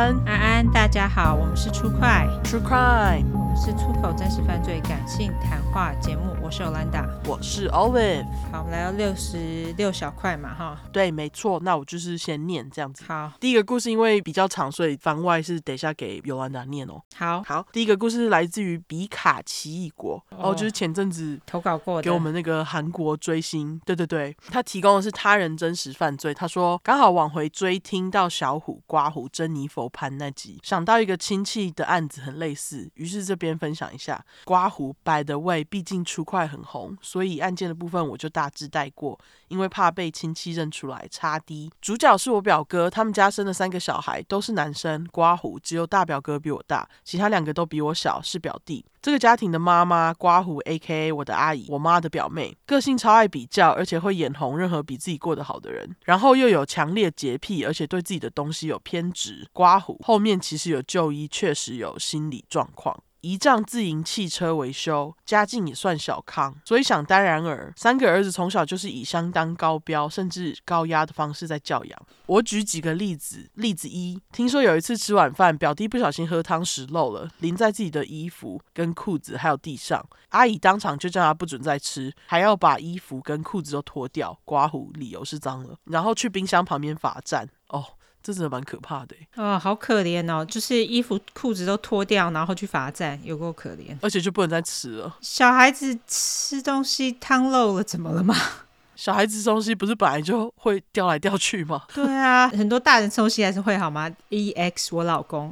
安， 安安，大家好，我们是出快 True Crime， 我们是出口真实犯罪感性谈话节目，我是 Olanda， 我是 Olive。 好，我们来到66小块嘛哈。 对，没错，那我就是先念这样子。 好， 第一个故事因为比较长，所以番外是等一下给Yolanda念哦。 好， 第一个故事是来自于比卡奇异国，就是前阵子投稿过的， 给我们那个韩国追星，对，他提供的是他人真实犯罪。他说刚好往回追听到小虎、刮胡、珍妮佛潘那集，想到一个亲戚的案子很类似，于是这边分享一下。刮胡 by the way， 毕竟出快很红，所以案件的部分我就大致带过，因为怕被亲戚认出来。差低主角是我表哥，他们家生了3个小孩，都是男生。刮胡只有大表哥比我大，其他2个都比我小，是表弟。这个家庭的妈妈刮胡 AKA 我的阿姨，我妈的表妹，个性超爱比较，而且会眼红任何比自己过得好的人，然后又有强烈洁癖，而且对自己的东西有偏执。刮胡后面其实有就医，确实有心理状况。姨丈自营汽车维修，家境也算小康，所以想当然尔，3个儿子从小就是以相当高标甚至高压的方式在教养。我举几个例子。例子1，听说有一次吃晚饭，表弟不小心喝汤匙漏了，淋在自己的衣服跟裤子还有地上，阿姨当场就叫他不准再吃，还要把衣服跟裤子都脱掉，刮胡理由是脏了，然后去冰箱旁边罚站。这真的蛮可怕的好可怜哦，就是衣服裤子都脱掉，然后去罚站，有够可怜。 而且就不能再吃了。 小孩子吃东西汤漏了怎么了吗？ 小孩子吃东西不是本来就会掉来掉去吗？ 对啊，很多大人吃东西还是会好吗 ？EX 我老公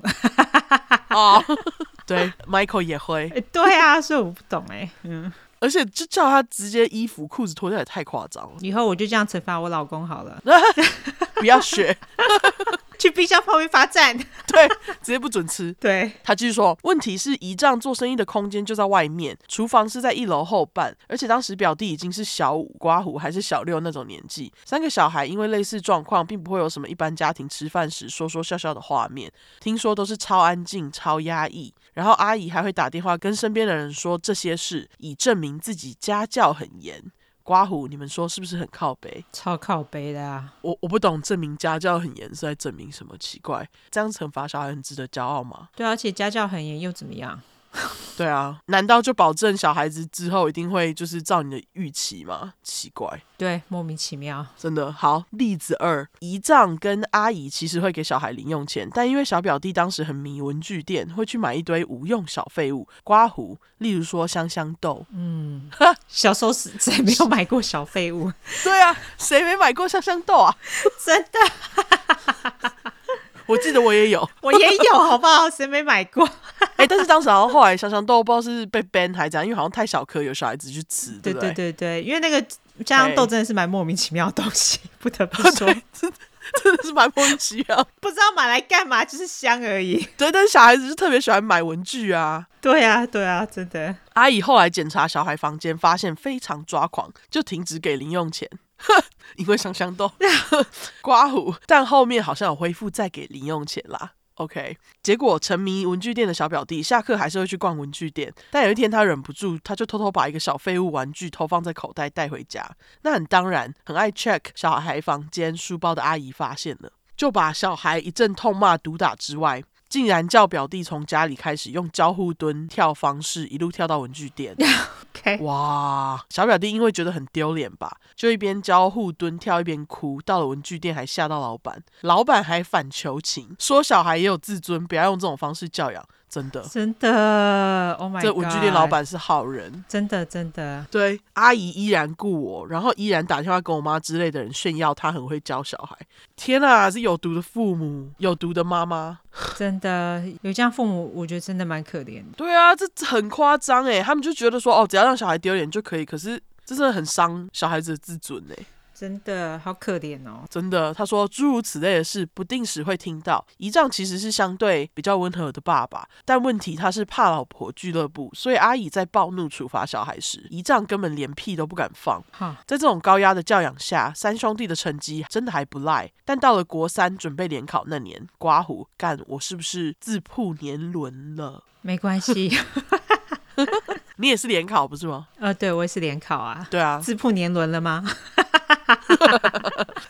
对 Michael 也会对啊，所以我不懂而且就叫他直接衣服裤子脱掉也太夸张了。 以后我就这样惩罚我老公好了不要学去冰箱旁边罚站对，直接不准吃。 对， 他继续说，问题是姨丈做生意的空间就在外面，厨房是在1楼后半，而且当时表弟已经是小5，刮胡还是小6那种年纪。3个小孩因为类似状况，并不会有什么一般家庭吃饭时说说笑笑的画面，听说都是超安静超压抑，然后阿姨还会打电话跟身边的人说这些事，以证明自己家教很严。刮胡，你们说是不是很靠北？ 超靠北的啊！ 我不懂证明家教很严是在证明什么，奇怪，这样惩罚小孩很值得骄傲吗？ 对啊，而且家教很严又怎么样？ 对啊，难道就保证小孩子之后一定会就是照你的预期吗？奇怪， 对，莫名其妙， 真的。好，例子2，姨丈跟阿姨其实会给小孩零用钱，但因为小表弟当时很迷文具店，会去买一堆无用小废物，刮胡，例如说香香豆。 小时候谁没有买过小废物？ 对啊，谁没买过香香豆啊？ 真的我记得我也有， 我也有，好不好？谁没买过？ 但是当时好像后来香香豆不知道是被 ban 还是怎样，因为好像太小颗，有小孩子去吃，对不对？ 对，因为那个香香豆真的是蛮莫名其妙的东西，不得不说， 真的是蛮莫名其妙， 不知道买来干嘛，就是香而已。 对，但是小孩子就特别喜欢买文具啊。 对啊，真的。 阿姨后来检查小孩房间，发现非常抓狂，就停止给零用钱。因为香香豆刮胡，但后面好像有恢复再给零用钱啦。OK， 结果沉迷文具店的小表弟下课还是会去逛文具店，但有一天他忍不住，他就偷偷把一个小废物玩具偷放在口袋带回家。那很当然，很爱 check 小孩房间书包的阿姨发现了，就把小孩一阵痛骂毒打之外，竟然叫表弟从家里开始用交互蹲跳方式一路跳到文具店。 Okay. 哇，小表弟因为觉得很丢脸吧，就一边交互蹲跳一边哭，到了文具店还吓到老板，老板还反求情，说小孩也有自尊，不要用这种方式教养。真的 Oh my God， 这文具店老板是好人， 真的对，阿姨依然顾我，然后依然打电话跟我妈之类的人炫耀她很会教小孩。天啊，是有毒的父母，有毒的妈妈， 真的有这样父母，我觉得真的蛮可怜的。 对啊，这很夸张他们就觉得说只要让小孩丢脸就可以，可是这真的很伤小孩子的自尊真的好可怜哦， 真的。他说诸如此类的事不定时会听到。姨丈其实是相对比较温和的爸爸，但问题他是怕老婆俱乐部，所以阿姨在暴怒处罚小孩时，姨丈根本连屁都不敢放。在这种高压的教养下，3兄弟的成绩真的还不赖，但到了国3准备联考那年，刮胡干我是不是自曝年轮了？ 没关系你也是联考不是吗？ 对，我也是联考啊。 对啊， 自曝年轮了吗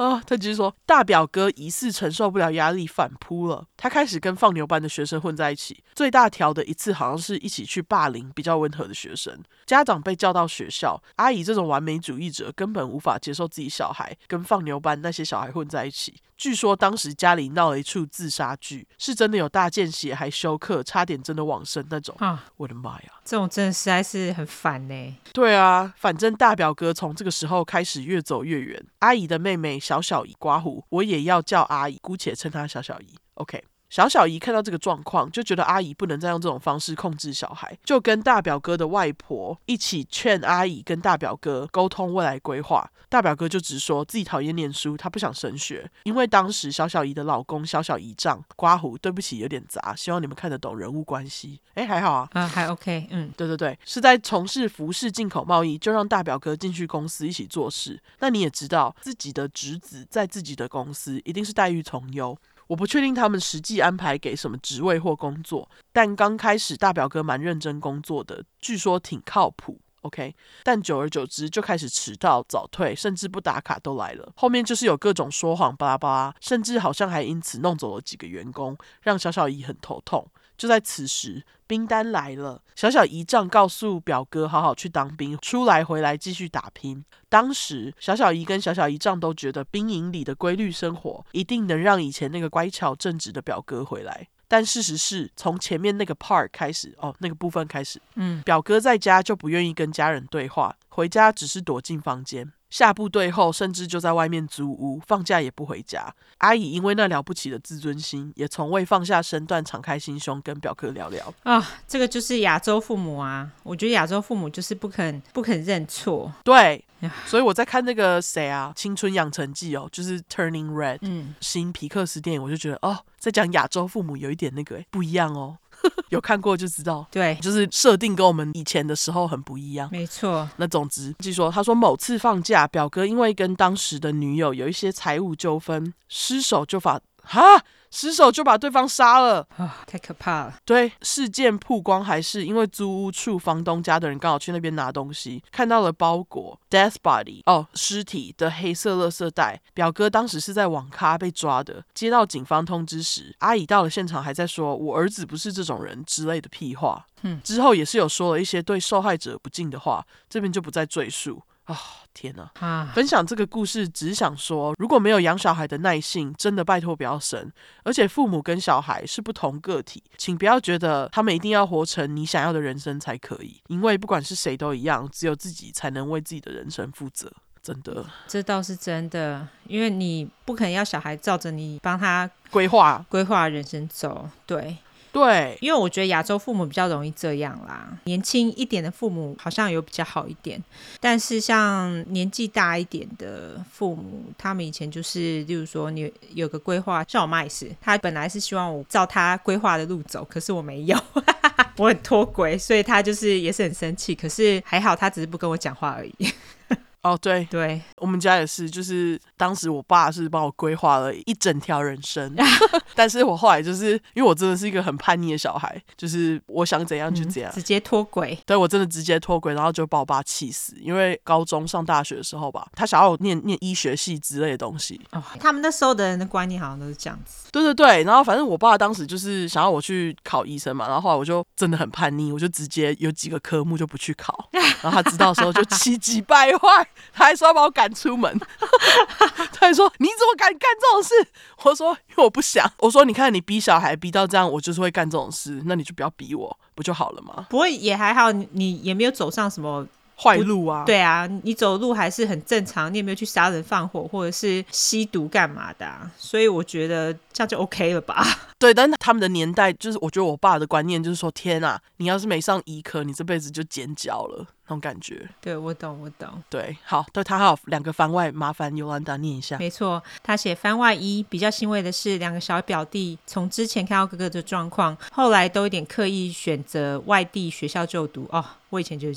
他继续说，大表哥疑似承受不了压力反扑了，他开始跟放牛班的学生混在一起，最大条的一次好像是一起去霸凌比较温和的学生，家长被叫到学校，阿姨这种完美主义者根本无法接受自己小孩跟放牛班那些小孩混在一起。据说当时家里闹了一出自杀剧，是真的有大见血还休克，差点真的往生那种我的妈呀， 这种真的实在是很烦呢。 对啊，反正大表哥从这个时候开始越走越远，阿姨的妹妹小小姨刮胡，我也要叫阿姨，姑且称她小小姨 OK。小小姨看到这个状况，就觉得阿姨不能再用这种方式控制小孩，就跟大表哥的外婆一起劝阿姨跟大表哥沟通未来规划。大表哥就直说自己讨厌念书，他不想升学，因为当时小小姨的老公小小姨丈刮胡，对不起有点杂，希望你们看得懂人物关系。还好啊， 还 OK。 对，是在从事服饰进口贸易，就让大表哥进去公司一起做事。那你也知道，自己的侄子在自己的公司一定是待遇从优。我不确定他们实际安排给什么职位或工作，但刚开始大表哥蛮认真工作的，据说挺靠谱 OK， 但久而久之就开始迟到早退，甚至不打卡都来了。后面就是有各种说谎巴拉巴拉，甚至好像还因此弄走了几个员工，让小小姨很头痛。就在此时，兵单来了，小小姨丈告诉表哥好好去当兵，出来回来继续打拼。当时小小姨跟小小姨丈都觉得兵营里的规律生活一定能让以前那个乖巧正直的表哥回来，但事实是从前面那个 part 开始那个部分开始，表哥在家就不愿意跟家人对话，回家只是躲进房间，下部队后甚至就在外面租屋，放假也不回家。阿姨因为那了不起的自尊心，也从未放下身段，敞开心胸跟表哥聊聊这个就是亚洲父母啊，我觉得亚洲父母就是不肯认错。 对，所以我在看那个谁啊，青春养成记就是 Turning Red，新皮克斯电影，我就觉得在讲亚洲父母有一点那个不一样有看过就知道， 对， 就是设定跟我们以前的时候很不一样， 没错。 那总之据说他说某次放假，表哥因为跟当时的女友有一些财务纠纷，失手就把对方杀了太可怕了。 对，事件曝光还是因为租屋处房东家的人刚好去那边拿东西，看到了包裹 death body 尸体的黑色垃圾袋。表哥当时是在网咖被抓的，接到警方通知时，阿姨到了现场还在说我儿子不是这种人之类的屁话。之后也是有说了一些对受害者不敬的话，这边就不再赘述。天哪！分享这个故事只是想说，如果没有养小孩的耐性，真的拜托不要生。而且父母跟小孩是不同个体，请不要觉得他们一定要活成你想要的人生才可以，因为不管是谁都一样，只有自己才能为自己的人生负责。真的， 这倒是真的，因为你不可能要小孩照着你帮他规划人生走。 对， 因为我觉得亚洲父母比较容易这样啦，年轻一点的父母好像有比较好一点，但是像年纪大一点的父母，他们以前就是例如说你有个规划，像我妈也是，她本来是希望我照她规划的路走，可是我没有我很脱轨，所以她就是也是很生气，可是还好她只是不跟我讲话而已对， 我们家也是，就是当时我爸是帮我规划了一整条人生但是我后来就是因为我真的是一个很叛逆的小孩，就是我想怎样就怎样， 直接脱轨。 对，我真的直接脱轨，然后就把我爸气死。因为高中上大学的时候吧，他想要我念医学系之类的东西他们那时候的人的观念好像都是这样子。 对，然后反正我爸当时就是想要我去考医生嘛，然后后来我就真的很叛逆，我就直接有几个科目就不去考，然后他知道的时候就气急败坏，他还说要把我赶出门他还说你怎么敢干这种事，我说因为我不想，我说你看你逼小孩逼到这样，我就是会干这种事，那你就不要逼我不就好了吗？ 不过也还好，你也没有走上什么坏路啊。 对啊，你走路还是很正常，你也没有去杀人放火或者是吸毒干嘛的所以我觉得这样就 OK 了吧。 对，但他们的年代就是我觉得我爸的观念就是说天啊，你要是没上医科，你这辈子就剪脚了那种感觉。 对，我懂。 对，好，对，他还有2个番外，麻烦尤兰达念一下。 没错，他写番外1，比较欣慰的是2个小表弟从之前看到哥哥的状况，后来都有点刻意选择外地学校就读我以前就是这样。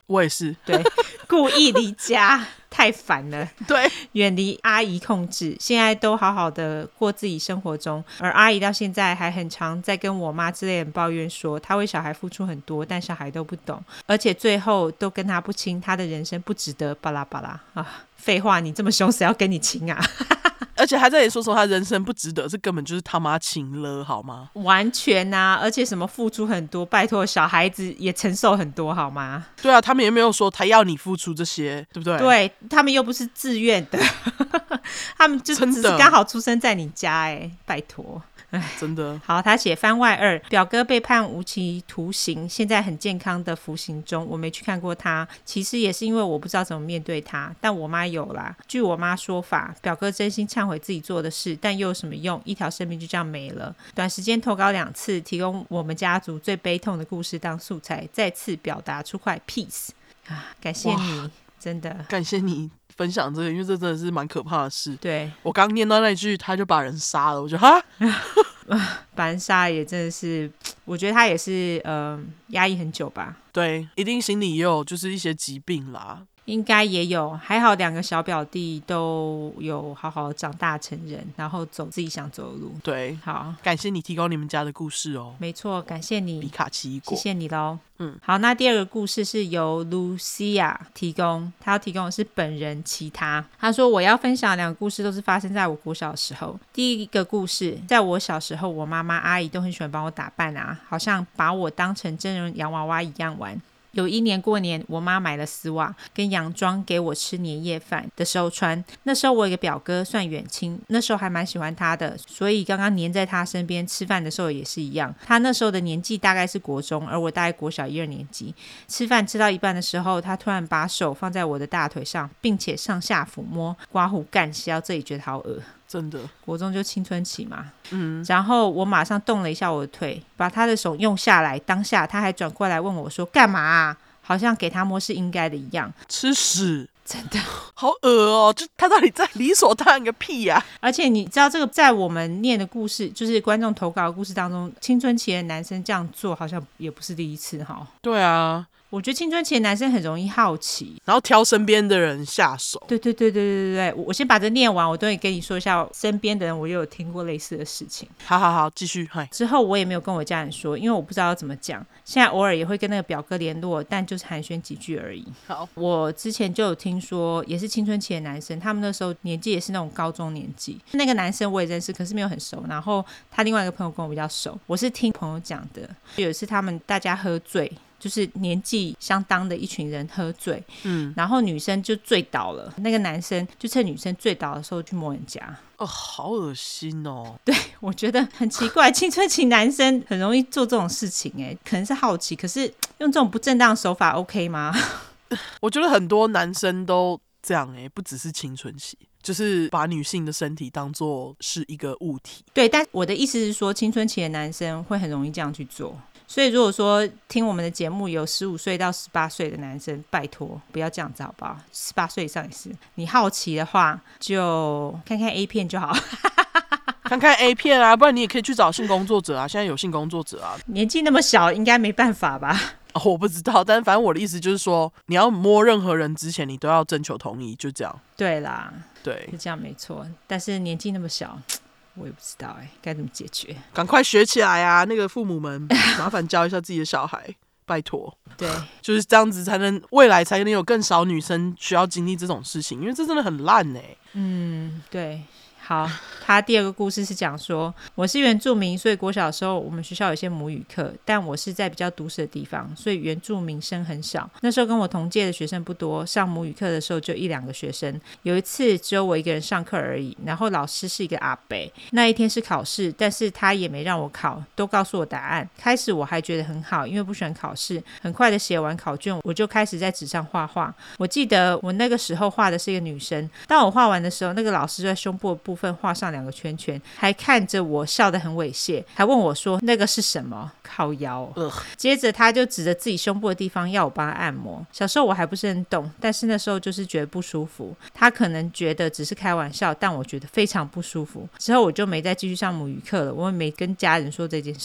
我也是， 对，故意离家太烦了， 对， 远离阿姨控制，现在都好好的过自己生活中，而阿姨到现在还很常在跟我妈之类的抱怨说，她为小孩付出很多，但小孩都不懂，而且最后都跟她不亲，她的人生不值得，巴拉巴拉啊！废话，你这么凶，谁要跟你亲啊？ 而且还在也说他人生不值得，这根本就是他妈情了，好吗？ 完全啊！而且什么付出很多，拜托小孩子也承受很多，好吗？ 对啊，他们也没有说他要你付出这些，对不对？ 对，他们又不是自愿的，他们就只是刚好出生在你家，拜托。 真的好，他写番外2，表哥被判无期徒刑，现在很健康的服刑中。我没去看过他，其实也是因为我不知道怎么面对他，但我妈有啦。据我妈说法，表哥真心忏悔自己做的事，但又有什么用？一条生命就这样没了。短时间投稿2次，提供我们家族最悲痛的故事当素材，再次表达出块 peace 啊！感谢你，真的感谢你分享这个，因为这真的是蛮可怕的事。 对， 我刚念到那句他就把人杀了，我就哈把人杀也真的是，我觉得他也是压抑很久吧。 对，一定心里也有就是一些疾病啦。 应该也有，还好2个小表弟都有好好长大成人，然后走自己想走的路。 对， 好， 感谢你提供你们家的故事哦。 没错，感谢你， 比卡奇异果， 谢谢你咯。好，那第2个故事是由 Lucia 提供，她要提供的是本人其他。她说我要分享2个故事，都是发生在我国小的时候。第一个故事，在我小时候，我妈妈阿姨都很喜欢帮我打扮啊，好像把我当成真人洋娃娃一样玩。有一年过年，我妈买了丝袜跟洋装给我吃年夜饭的时候穿。那时候我有一个表哥算远亲，那时候还蛮喜欢他的，所以刚刚黏在他身边吃饭的时候也是一样。他那时候的年纪大概是国中，而我大概国小1、2年级。吃饭吃到一半的时候，他突然把手放在我的大腿上，并且上下抚摸，刮胡干，写到这里觉得好恶。 真的， 国中就青春期嘛，然后我马上动了一下我的腿，把他的手用下来，当下他还转过来问我说干嘛啊，好像给他摸是应该的一样。 吃屎， 真的好恶哦！就他到底在理所当然个屁呀！ 而且你知道这个在我们念的故事，就是观众投稿的故事当中，青春期的男生这样做好像也不是第一次哈。 对啊， 我觉得青春期的男生很容易好奇， 然后挑身边的人下手。 对，我先把这念完，我都会跟你说一下身边的人，我也有听过类似的事情。 好，继续。 之后我也没有跟我家人说，因为我不知道要怎么讲。现在偶尔也会跟那个表哥联络，但就是寒暄几句而已。 好， 我之前就有听说，也是青春期的男生，他们那时候年纪也是那种高中年纪。那个男生我也认识，可是没有很熟。然后他另外一个朋友跟我比较熟，我是听朋友讲的。有一次他们大家喝醉，就是年纪相当的一群人喝醉，然后女生就醉倒了，那个男生就趁女生醉倒的时候去摸人家。 好恶心哦！ 对，我觉得很奇怪，青春期男生很容易做这种事情，可能是好奇，可是用这种不正当的手法 OK 吗？ 我觉得很多男生都这样，不只是青春期，就是把女性的身体当作是一个物体。 对，但我的意思是说，青春期的男生会很容易这样去做。所以如果说听我们的节目有15岁到18岁的男生，拜托不要这样子好不好？18岁以上也是。你好奇的话，就看看 A 片就好。 看看 A 片啊，不然你也可以去找性工作者啊，现在有性工作者啊。 年纪那么小，应该没办法吧？ 我不知道，但反正我的意思就是说，你要摸任何人之前，你都要征求同意，就这样。 对啦， 对， 是这样没错。但是年纪那么小，我也不知道该怎么解决。 赶快学起来啊！那个父母们，麻烦教一下自己的小孩，拜托。 对， 就是这样子才能未来才能有更少女生需要经历这种事情，因为这真的很烂对。好，他第2个故事是讲说，我是原住民，所以国小的时候我们学校有些母语课，但我是在比较都市的地方，所以原住民生很少。那时候跟我同届的学生不多，上母语课的时候就1、2个学生。有一次只有我一个人上课而已，然后老师是一个阿伯。那一天是考试，但是他也没让我考，都告诉我答案。开始我还觉得很好，因为不喜欢考试，很快的写完考卷，我就开始在纸上画画。我记得我那个时候画的是一个女生，当我画完的时候，那个老师就在胸部的部分画上2个圈圈，还看着我笑得很猥亵，还问我说那个是什么，靠腰接着他就指着自己胸部的地方要我帮他按摩。小时候我还不是很懂，但是那时候就是觉得不舒服。他可能觉得只是开玩笑，但我觉得非常不舒服。之后我就没再继续上母语课了，我也没跟家人说这件事。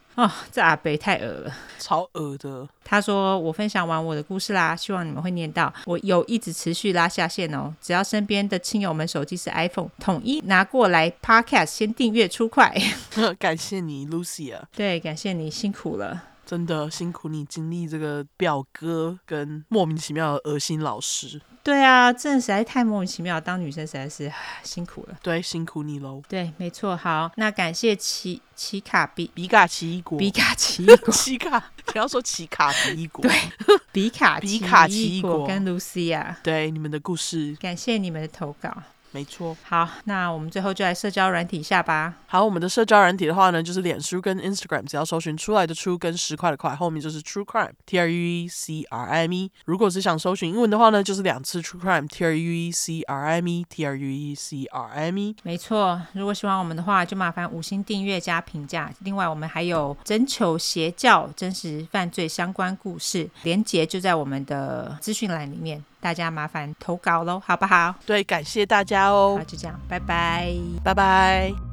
哦，这阿北太恶了。 超恶的。 他说我分享完我的故事啦，希望你们会念到。我有一直持续拉下线哦，只要身边的亲友们手机是 iPhone， 统一拿过来 Podcast 先订阅出快。 感谢你 Lucia， 对，感谢你辛苦了。 真的辛苦你经历这个表哥跟莫名其妙的恶心老师。 对啊，真的实在太莫名其妙，当女生实在是辛苦了。 对，辛苦你喽。 对，没错。好，那感谢奇卡比卡奇异果， 比卡奇异果， 奇卡，你要说奇卡奇异果， 对，比卡奇异果跟 Lucia， 对你们的故事， 感谢你们的投稿。 没错。 好，那我们最后就来社交软体下吧。 好，我们的社交软体的话呢，就是脸书跟 Instagram， 只要搜寻出来的出跟10块的块，后面就是 True Crime TRUECRIME。如果是想搜寻英文的话呢，就是2次 True Crime TRUECRIME TRUECRIME。 没错，如果喜欢我们的话，就麻烦5星订阅加评价。另外，我们还有征求邪教真实犯罪相关故事，连结就在我们的资讯栏里面，大家麻烦投稿咯，好不好？ 对，感谢大家哦。 好，就这样，拜拜， 拜拜。